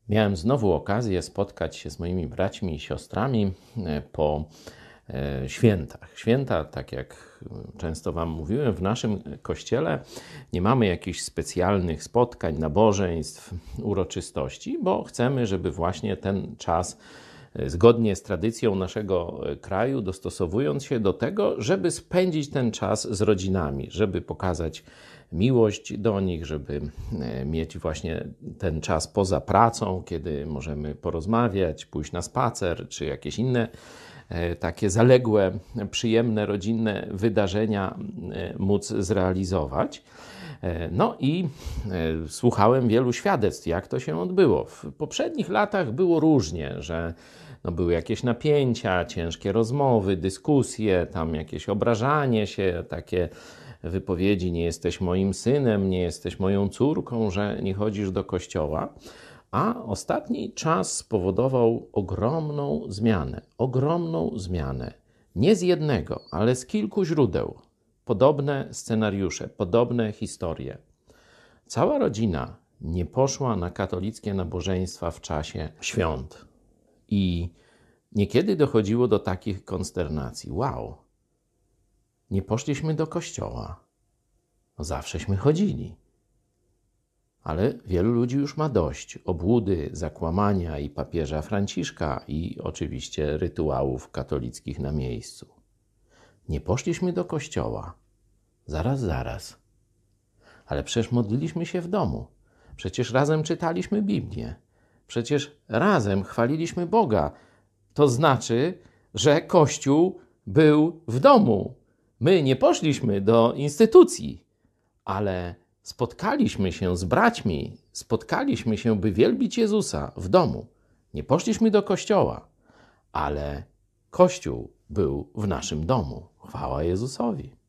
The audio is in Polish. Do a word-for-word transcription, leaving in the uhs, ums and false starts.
Miałem znowu okazję spotkać się z moimi braćmi i siostrami po świętach. Święta, tak jak często Wam mówiłem, w naszym kościele nie mamy jakichś specjalnych spotkań, nabożeństw, uroczystości, bo chcemy, żeby właśnie ten czas, zgodnie z tradycją naszego kraju, dostosowując się do tego, żeby spędzić ten czas z rodzinami, żeby pokazać miłość do nich, żeby mieć właśnie ten czas poza pracą, kiedy możemy porozmawiać, pójść na spacer, czy jakieś inne takie zaległe, przyjemne, rodzinne wydarzenia móc zrealizować. No i słuchałem wielu świadectw, jak to się odbyło. W poprzednich latach było różnie, że no były jakieś napięcia, ciężkie rozmowy, dyskusje, tam jakieś obrażanie się, takie wypowiedzi: nie jesteś moim synem, nie jesteś moją córką, że nie chodzisz do kościoła. A ostatni czas spowodował ogromną zmianę, ogromną zmianę. Nie z jednego, ale z kilku źródeł. Podobne scenariusze, podobne historie. Cała rodzina nie poszła na katolickie nabożeństwa w czasie świąt. I niekiedy dochodziło do takich konsternacji. Wow, nie poszliśmy do kościoła. No zawsześmy chodzili. Ale wielu ludzi już ma dość obłudy, zakłamania i papieża Franciszka i oczywiście rytuałów katolickich na miejscu. Nie poszliśmy do kościoła. Zaraz, zaraz. Ale przecież modliliśmy się w domu. Przecież razem czytaliśmy Biblię. Przecież razem chwaliliśmy Boga. To znaczy, że Kościół był w domu. My nie poszliśmy do instytucji, ale spotkaliśmy się z braćmi, spotkaliśmy się, by wielbić Jezusa w domu. Nie poszliśmy do kościoła, ale Kościół był w naszym domu. Chwała Jezusowi.